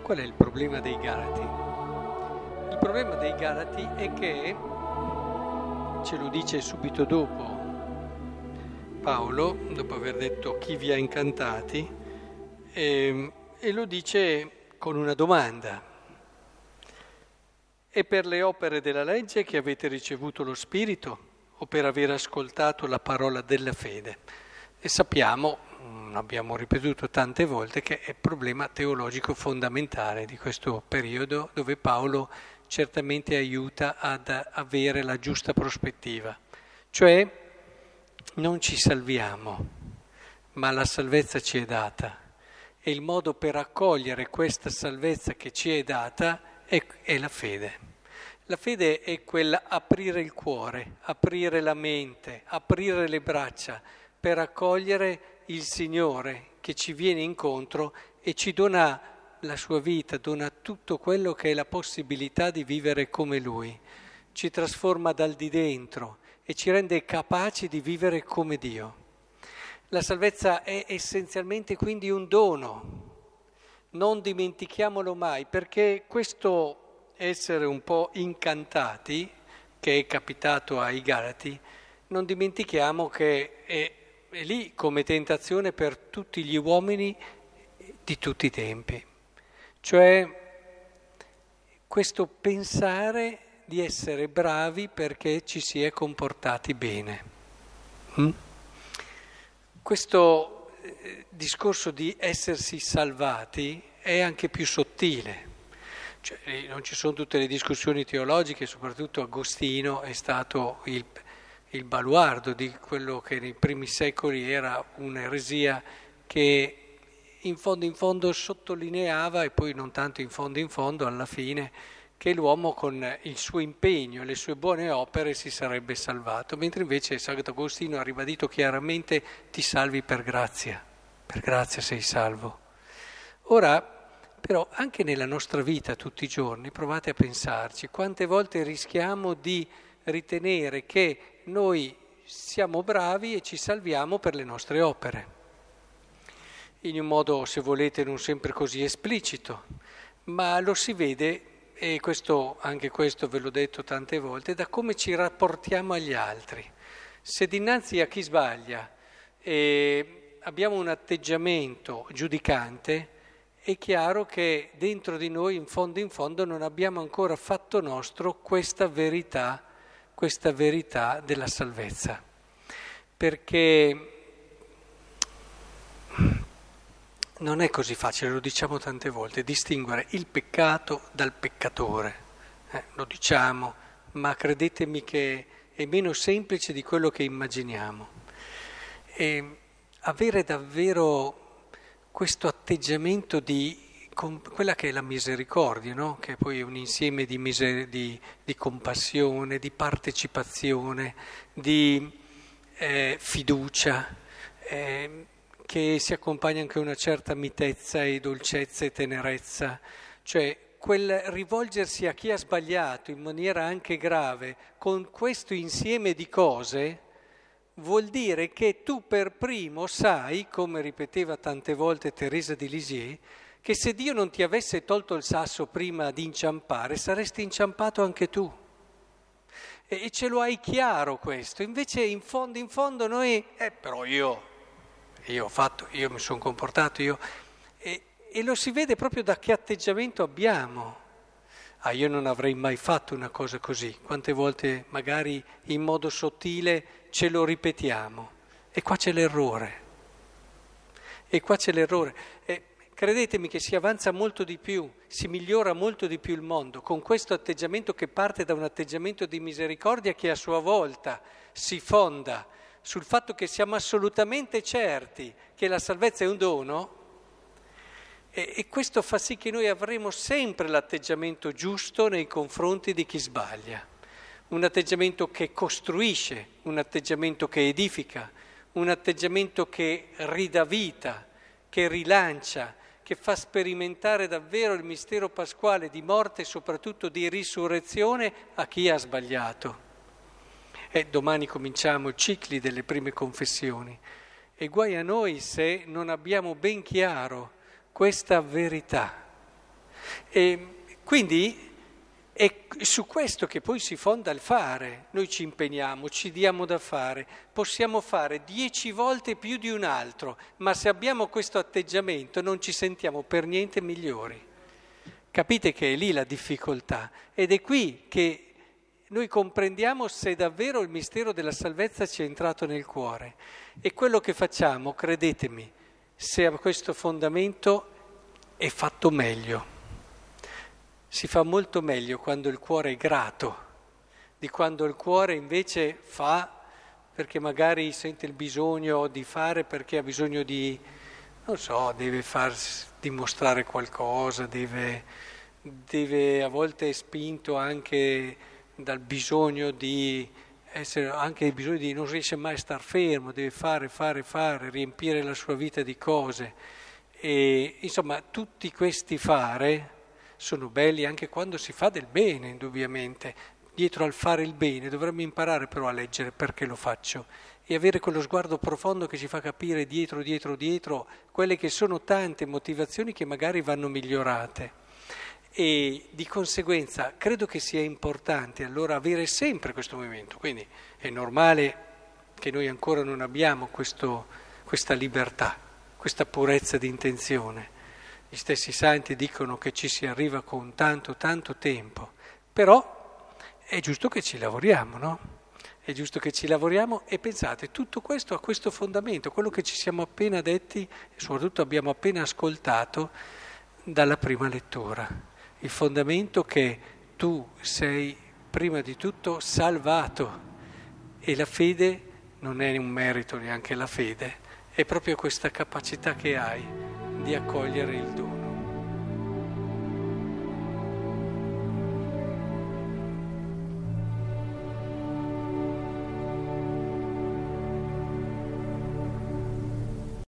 Qual è il problema dei Galati? Il problema dei Galati è che, ce lo dice subito dopo Paolo, dopo aver detto chi vi ha incantati, e lo dice con una domanda. È per le opere della legge che avete ricevuto lo Spirito o per aver ascoltato la parola della fede? E sappiamo, abbiamo ripetuto tante volte, che è il problema teologico fondamentale di questo periodo, dove Paolo certamente aiuta ad avere la giusta prospettiva. Cioè, non ci salviamo, ma la salvezza ci è data. E il modo per accogliere questa salvezza che ci è data è la fede. La fede è quella aprire il cuore, aprire la mente, aprire le braccia per accogliere il Signore che ci viene incontro e ci dona la sua vita, dona tutto quello che è la possibilità di vivere come Lui. Ci trasforma dal di dentro e ci rende capaci di vivere come Dio. La salvezza è essenzialmente quindi un dono. Non dimentichiamolo mai, perché questo essere un po' incantati, che è capitato ai Galati, non dimentichiamo che è lì come tentazione per tutti gli uomini di tutti i tempi. Cioè questo pensare di essere bravi perché ci si è comportati bene. Questo discorso di essersi salvati è anche più sottile. Cioè, non ci sono tutte le discussioni teologiche, soprattutto Agostino è stato il baluardo di quello che nei primi secoli era un'eresia che in fondo sottolineava, e poi non tanto in fondo alla fine, che l'uomo con il suo impegno e le sue buone opere si sarebbe salvato, mentre invece Sant'Agostino ha ribadito chiaramente: ti salvi per grazia sei salvo. Ora, però, anche nella nostra vita tutti i giorni, provate a pensarci, quante volte rischiamo di ritenere che noi siamo bravi e ci salviamo per le nostre opere, in un modo, se volete, non sempre così esplicito, ma lo si vede, e anche questo ve l'ho detto tante volte, da come ci rapportiamo agli altri. Se dinanzi a chi sbaglia abbiamo un atteggiamento giudicante, è chiaro che dentro di noi, in fondo, non abbiamo ancora fatto nostro questa verità della salvezza. Perché non è così facile, lo diciamo tante volte, distinguere il peccato dal peccatore. Lo diciamo, ma credetemi che è meno semplice di quello che immaginiamo. E avere davvero questo atteggiamento con quella che è la misericordia, no? Che poi è un insieme di compassione, di partecipazione, di fiducia, che si accompagna anche a una certa mitezza e dolcezza e tenerezza, cioè quel rivolgersi a chi ha sbagliato in maniera anche grave con questo insieme di cose vuol dire che tu per primo sai, come ripeteva tante volte Teresa di Lisieux, che se Dio non ti avesse tolto il sasso prima di inciampare, saresti inciampato anche tu. E ce lo hai chiaro questo. Invece in fondo noi, però io ho fatto, io mi sono comportato, e lo si vede proprio da che atteggiamento abbiamo. Io non avrei mai fatto una cosa così. Quante volte magari in modo sottile ce lo ripetiamo. E qua c'è l'errore. Credetemi che si avanza molto di più, si migliora molto di più il mondo con questo atteggiamento che parte da un atteggiamento di misericordia che a sua volta si fonda sul fatto che siamo assolutamente certi che la salvezza è un dono, e questo fa sì che noi avremo sempre l'atteggiamento giusto nei confronti di chi sbaglia, un atteggiamento che costruisce, un atteggiamento che edifica, un atteggiamento che ridà vita, che rilancia, che fa sperimentare davvero il mistero pasquale di morte e soprattutto di risurrezione a chi ha sbagliato. Domani cominciamo i cicli delle prime confessioni e guai a noi se non abbiamo ben chiaro questa verità. E quindi è su questo che poi si fonda il fare. Noi ci impegniamo, ci diamo da fare, possiamo fare 10 volte più di un altro, ma se abbiamo questo atteggiamento non ci sentiamo per niente migliori. Capite che è lì la difficoltà ed è qui che noi comprendiamo se davvero il mistero della salvezza ci è entrato nel cuore. E quello che facciamo, credetemi, se ha questo fondamento è fatto meglio. Si fa molto meglio quando il cuore è grato, di quando il cuore invece fa perché magari sente il bisogno di fare, perché ha bisogno di, non so, deve dimostrare qualcosa, deve a volte è spinto anche dal bisogno di essere, anche il bisogno di non riesce mai a star fermo, deve fare, riempire la sua vita di cose. E insomma tutti questi fare sono belli anche quando si fa del bene, indubbiamente. Dietro al fare il bene dovremmo imparare però a leggere perché lo faccio e avere quello sguardo profondo che ci fa capire dietro quelle che sono tante motivazioni che magari vanno migliorate. E di conseguenza credo che sia importante allora avere sempre questo movimento. Quindi è normale che noi ancora non abbiamo questa libertà, questa purezza di intenzione. Gli stessi santi dicono che ci si arriva con tanto tempo, però è giusto che ci lavoriamo, no? È giusto che ci lavoriamo e pensate, tutto questo ha questo fondamento, quello che ci siamo appena detti e soprattutto abbiamo appena ascoltato dalla prima lettura. Il fondamento che tu sei prima di tutto salvato e la fede non è un merito neanche la fede, è proprio questa capacità che hai di accogliere il dono.